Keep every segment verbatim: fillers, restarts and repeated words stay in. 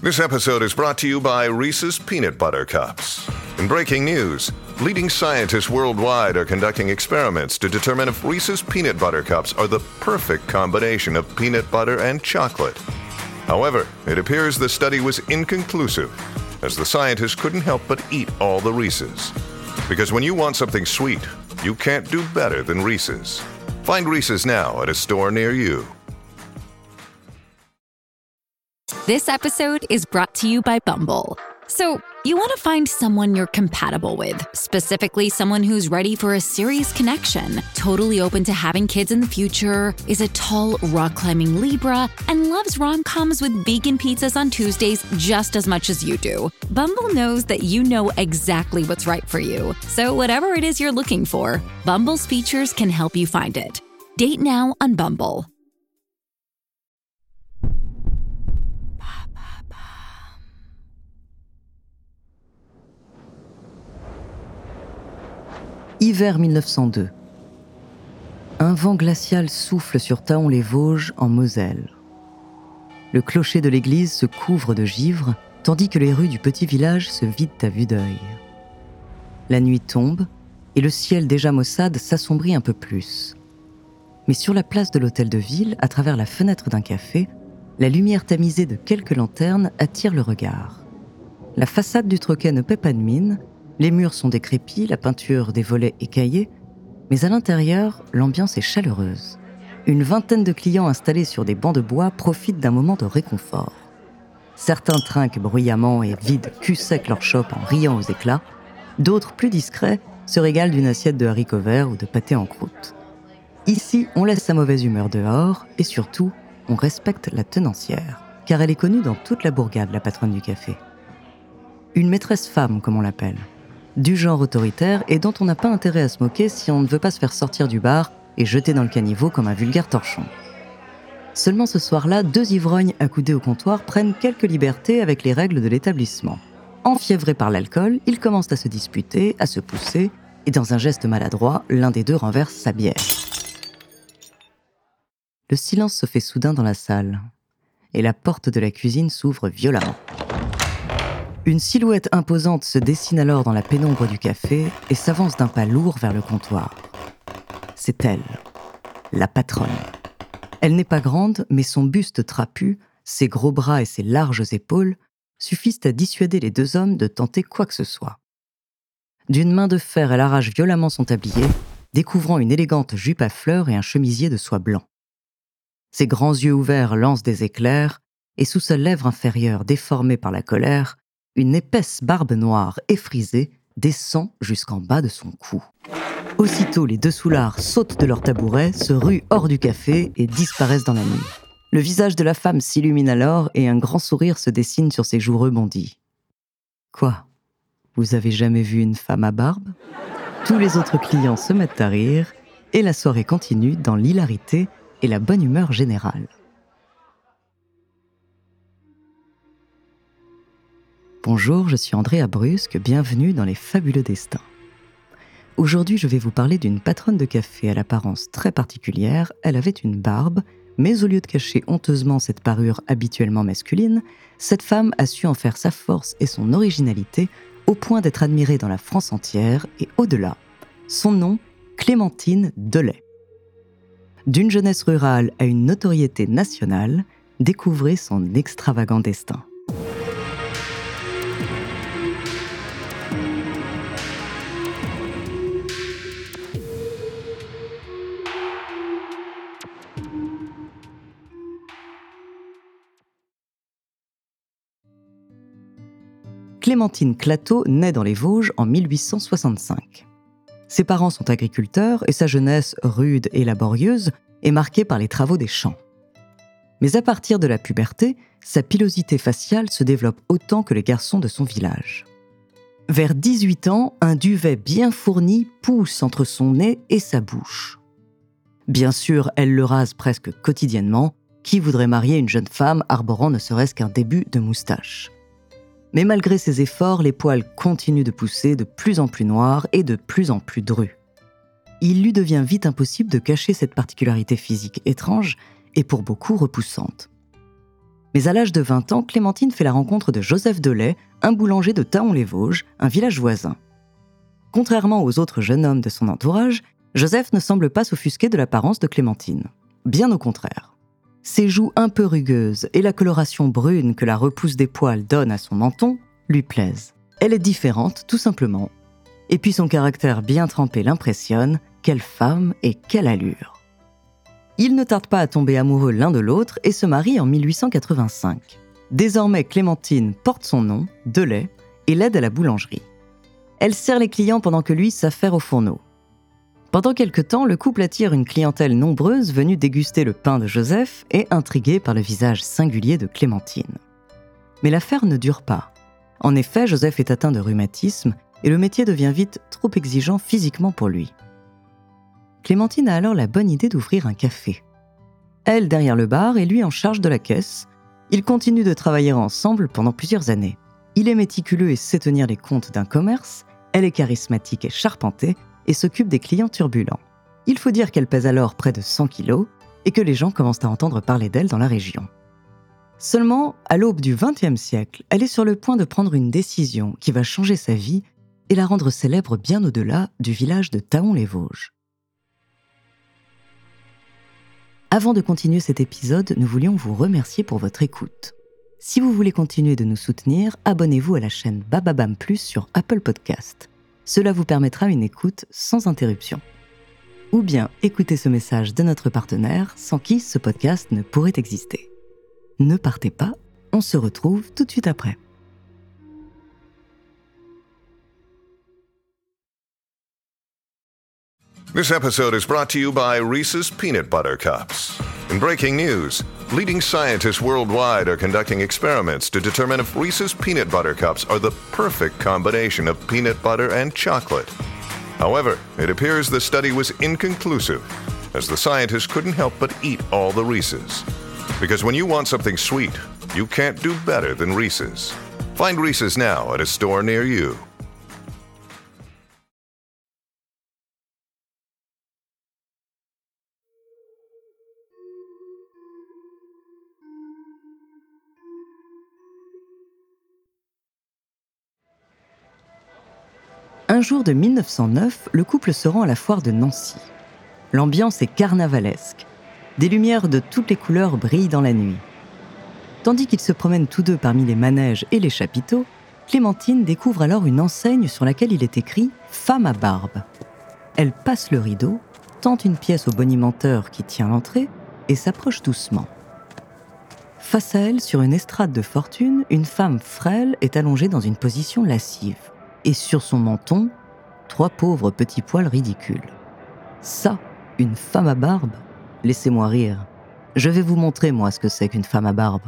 This episode is brought to you by Reese's Peanut Butter Cups. In breaking news, leading scientists worldwide are conducting experiments to determine if Reese's Peanut Butter Cups are the perfect combination of peanut butter and chocolate. However, it appears the study was inconclusive, as the scientists couldn't help but eat all the Reese's. Because when you want something sweet, you can't do better than Reese's. Find Reese's now at a store near you. This episode is brought to you by Bumble. So, you want to find someone you're compatible with, specifically someone who's ready for a serious connection, totally open to having kids in the future, is a tall, rock-climbing Libra, and loves rom-coms with vegan pizzas on Tuesdays just as much as you do. Bumble knows that you know exactly what's right for you. So whatever it is you're looking for, Bumble's features can help you find it. Date now on Bumble. Hiver mille neuf cent deux. Un vent glacial souffle sur Thaon-les-Vosges, en Moselle. Le clocher de l'église se couvre de givre, tandis que les rues du petit village se vident à vue d'œil. La nuit tombe, et le ciel déjà maussade s'assombrit un peu plus. Mais sur la place de l'hôtel de ville, à travers la fenêtre d'un café, la lumière tamisée de quelques lanternes attire le regard. La façade du troquet ne paie pas de mine. Les murs sont décrépits, la peinture des volets écaillée, mais à l'intérieur, l'ambiance est chaleureuse. Une vingtaine de clients installés sur des bancs de bois profitent d'un moment de réconfort. Certains trinquent bruyamment et vident cul sec leur chope en riant aux éclats. D'autres, plus discrets, se régalent d'une assiette de haricots verts ou de pâté en croûte. Ici, on laisse sa mauvaise humeur dehors et surtout, on respecte la tenancière, car elle est connue dans toute la bourgade, la patronne du café. Une maîtresse femme, comme on l'appelle. Du genre autoritaire et dont on n'a pas intérêt à se moquer si on ne veut pas se faire sortir du bar et jeter dans le caniveau comme un vulgaire torchon. Seulement ce soir-là, deux ivrognes accoudés au comptoir prennent quelques libertés avec les règles de l'établissement. Enfiévrés par l'alcool, ils commencent à se disputer, à se pousser, et dans un geste maladroit, l'un des deux renverse sa bière. Le silence se fait soudain dans la salle, et la porte de la cuisine s'ouvre violemment. Une silhouette imposante se dessine alors dans la pénombre du café et s'avance d'un pas lourd vers le comptoir. C'est elle, la patronne. Elle n'est pas grande, mais son buste trapu, ses gros bras et ses larges épaules suffisent à dissuader les deux hommes de tenter quoi que ce soit. D'une main de fer, elle arrache violemment son tablier, découvrant une élégante jupe à fleurs et un chemisier de soie blanc. Ses grands yeux ouverts lancent des éclairs, et sous sa lèvre inférieure déformée par la colère, une épaisse barbe noire et frisée descend jusqu'en bas de son cou. Aussitôt, les deux soulards sautent de leur tabouret, se ruent hors du café et disparaissent dans la nuit. Le visage de la femme s'illumine alors et un grand sourire se dessine sur ses joues rebondies. « Quoi ? Vous avez jamais vu une femme à barbe ?» Tous les autres clients se mettent à rire et la soirée continue dans l'hilarité et la bonne humeur générale. Bonjour, je suis André Abrusque, bienvenue dans Les Fabuleux Destins. Aujourd'hui, je vais vous parler d'une patronne de café à l'apparence très particulière. Elle avait une barbe, mais au lieu de cacher honteusement cette parure habituellement masculine, cette femme a su en faire sa force et son originalité au point d'être admirée dans la France entière et au-delà. Son nom, Clémentine Delay. D'une jeunesse rurale à une notoriété nationale, découvrez son extravagant destin. Clémentine Clateau naît dans les Vosges en mille huit cent soixante-cinq. Ses parents sont agriculteurs et sa jeunesse rude et laborieuse est marquée par les travaux des champs. Mais à partir de la puberté, sa pilosité faciale se développe autant que les garçons de son village. Vers dix-huit ans, un duvet bien fourni pousse entre son nez et sa bouche. Bien sûr, elle le rase presque quotidiennement. Qui voudrait marier une jeune femme arborant ne serait-ce qu'un début de moustache ? Mais malgré ses efforts, les poils continuent de pousser de plus en plus noirs et de plus en plus drus. Il lui devient vite impossible de cacher cette particularité physique étrange et pour beaucoup repoussante. Mais à l'âge de vingt ans, Clémentine fait la rencontre de Joseph Delay, un boulanger de Thaon-les-Vosges, un village voisin. Contrairement aux autres jeunes hommes de son entourage, Joseph ne semble pas s'offusquer de l'apparence de Clémentine. Bien au contraire. Ses joues un peu rugueuses et la coloration brune que la repousse des poils donne à son menton lui plaisent. Elle est différente, tout simplement. Et puis son caractère bien trempé l'impressionne. Quelle femme et quelle allure! Ils ne tardent pas à tomber amoureux l'un de l'autre et se marient en mille huit cent quatre-vingt-cinq. Désormais, Clémentine porte son nom, Delay, et l'aide à la boulangerie. Elle sert les clients pendant que lui s'affaire au fourneau. Pendant quelque temps, le couple attire une clientèle nombreuse venue déguster le pain de Joseph et intriguée par le visage singulier de Clémentine. Mais l'affaire ne dure pas. En effet, Joseph est atteint de rhumatisme et le métier devient vite trop exigeant physiquement pour lui. Clémentine a alors la bonne idée d'ouvrir un café. Elle derrière le bar et lui en charge de la caisse. Ils continuent de travailler ensemble pendant plusieurs années. Il est méticuleux et sait tenir les comptes d'un commerce. Elle est charismatique et charpentée et s'occupe des clients turbulents. Il faut dire qu'elle pèse alors près de cent kilos et que les gens commencent à entendre parler d'elle dans la région. Seulement, à l'aube du vingtième siècle, elle est sur le point de prendre une décision qui va changer sa vie et la rendre célèbre bien au-delà du village de Thaon-les-Vosges. Avant de continuer cet épisode, nous voulions vous remercier pour votre écoute. Si vous voulez continuer de nous soutenir, abonnez-vous à la chaîne Bababam Plus sur Apple Podcast. Cela vous permettra une écoute sans interruption. Ou bien écoutez ce message de notre partenaire sans qui ce podcast ne pourrait exister. Ne partez pas, on se retrouve tout de suite après. This episode is brought to you by Reese's Peanut Butter Cups. In breaking news, leading scientists worldwide are conducting experiments to determine if Reese's Peanut Butter Cups are the perfect combination of peanut butter and chocolate. However, it appears the study was inconclusive, as the scientists couldn't help but eat all the Reese's. Because when you want something sweet, you can't do better than Reese's. Find Reese's now at a store near you. Un jour de mille neuf cent neuf, le couple se rend à la foire de Nancy. L'ambiance est carnavalesque. Des lumières de toutes les couleurs brillent dans la nuit. Tandis qu'ils se promènent tous deux parmi les manèges et les chapiteaux, Clémentine découvre alors une enseigne sur laquelle il est écrit « Femme à barbe ». Elle passe le rideau, tente une pièce au bonimenteur qui tient l'entrée et s'approche doucement. Face à elle, sur une estrade de fortune, une femme frêle est allongée dans une position lascive. Et sur son menton, trois pauvres petits poils ridicules. Ça, une femme à barbe? Laissez-moi rire. Je vais vous montrer, moi, ce que c'est qu'une femme à barbe.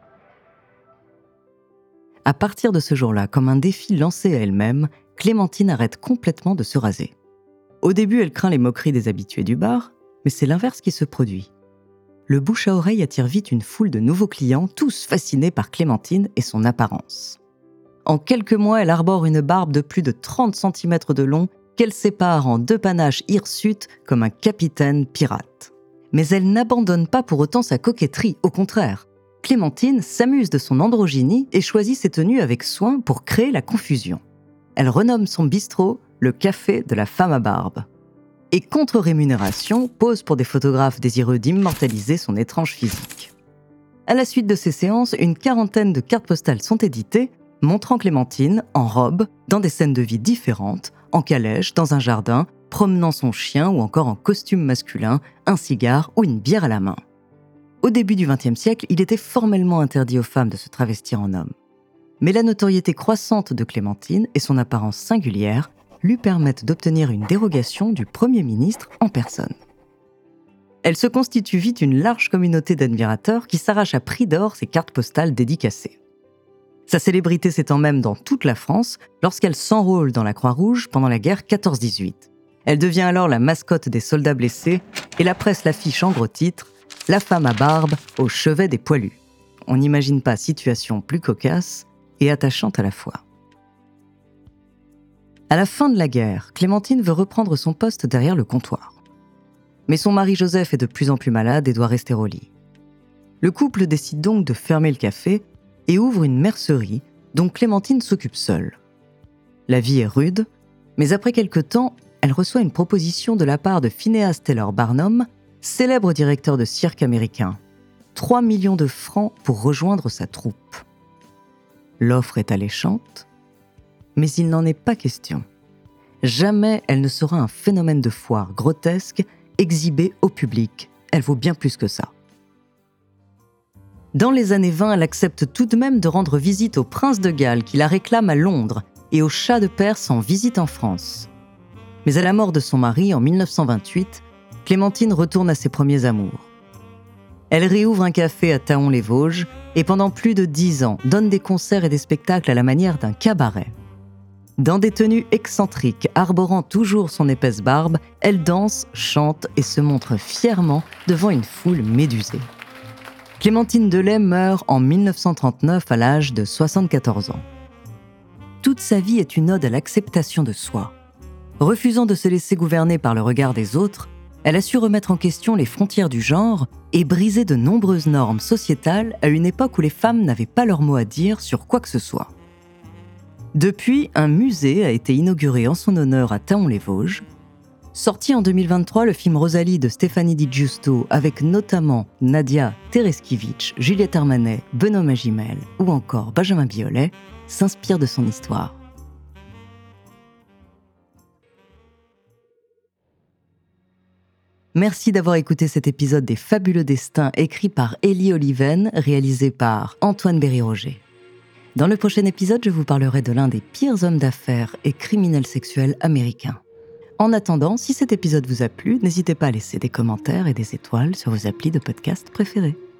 À partir de ce jour-là, comme un défi lancé à elle-même, Clémentine arrête complètement de se raser. Au début, elle craint les moqueries des habitués du bar, mais c'est l'inverse qui se produit. Le bouche à oreille attire vite une foule de nouveaux clients, tous fascinés par Clémentine et son apparence. En quelques mois, elle arbore une barbe de plus de trente centimètres de long qu'elle sépare en deux panaches hirsutes comme un capitaine pirate. Mais elle n'abandonne pas pour autant sa coquetterie, au contraire. Clémentine s'amuse de son androgynie et choisit ses tenues avec soin pour créer la confusion. Elle renomme son bistrot le Café de la Femme à Barbe. Et contre rémunération, pose pour des photographes désireux d'immortaliser son étrange physique. À la suite de ces séances, une quarantaine de cartes postales sont éditées, montrant Clémentine, en robe, dans des scènes de vie différentes, en calèche, dans un jardin, promenant son chien ou encore en costume masculin, un cigare ou une bière à la main. Au début du vingtième siècle, il était formellement interdit aux femmes de se travestir en homme. Mais la notoriété croissante de Clémentine et son apparence singulière lui permettent d'obtenir une dérogation du Premier ministre en personne. Elle se constitue vite une large communauté d'admirateurs qui s'arrachent à prix d'or ses cartes postales dédicacées. Sa célébrité s'étend même dans toute la France lorsqu'elle s'enrôle dans la Croix-Rouge pendant la guerre quatorze dix-huit. Elle devient alors la mascotte des soldats blessés et la presse l'affiche en gros titre « La femme à barbe au chevet des poilus ». On n'imagine pas situation plus cocasse et attachante à la fois. À la fin de la guerre, Clémentine veut reprendre son poste derrière le comptoir. Mais son mari Joseph est de plus en plus malade et doit rester au lit. Le couple décide donc de fermer le café et ouvre une mercerie dont Clémentine s'occupe seule. La vie est rude, mais après quelque temps, elle reçoit une proposition de la part de Phineas Taylor Barnum, célèbre directeur de cirque américain. trois millions de francs pour rejoindre sa troupe. L'offre est alléchante, mais il n'en est pas question. Jamais elle ne sera un phénomène de foire grotesque exhibé au public. Elle vaut bien plus que ça. Dans les années vingt, elle accepte tout de même de rendre visite au prince de Galles qui la réclame à Londres et au Shah de Perse en visite en France. Mais à la mort de son mari en mille neuf cent vingt-huit, Clémentine retourne à ses premiers amours. Elle réouvre un café à Thaon-les-Vosges et pendant plus de dix ans donne des concerts et des spectacles à la manière d'un cabaret. Dans des tenues excentriques, arborant toujours son épaisse barbe, elle danse, chante et se montre fièrement devant une foule médusée. Clémentine Delay meurt en mille neuf cent trente-neuf à l'âge de soixante-quatorze ans. Toute sa vie est une ode à l'acceptation de soi. Refusant de se laisser gouverner par le regard des autres, elle a su remettre en question les frontières du genre et briser de nombreuses normes sociétales à une époque où les femmes n'avaient pas leur mot à dire sur quoi que ce soit. Depuis, un musée a été inauguré en son honneur à Thaon-les-Vosges. Sorti en deux mille vingt-trois, le film Rosalie de Stéphanie Di Giusto, avec notamment Nadia Tereskevich, Juliette Armanet, Benoît Magimel ou encore Benjamin Biolay, s'inspire de son histoire. Merci d'avoir écouté cet épisode des Fabuleux Destins écrit par Élie Oliven, réalisé par Antoine Berry-Roger. Dans le prochain épisode, je vous parlerai de l'un des pires hommes d'affaires et criminels sexuels américains. En attendant, si cet épisode vous a plu, n'hésitez pas à laisser des commentaires et des étoiles sur vos applis de podcast préférés.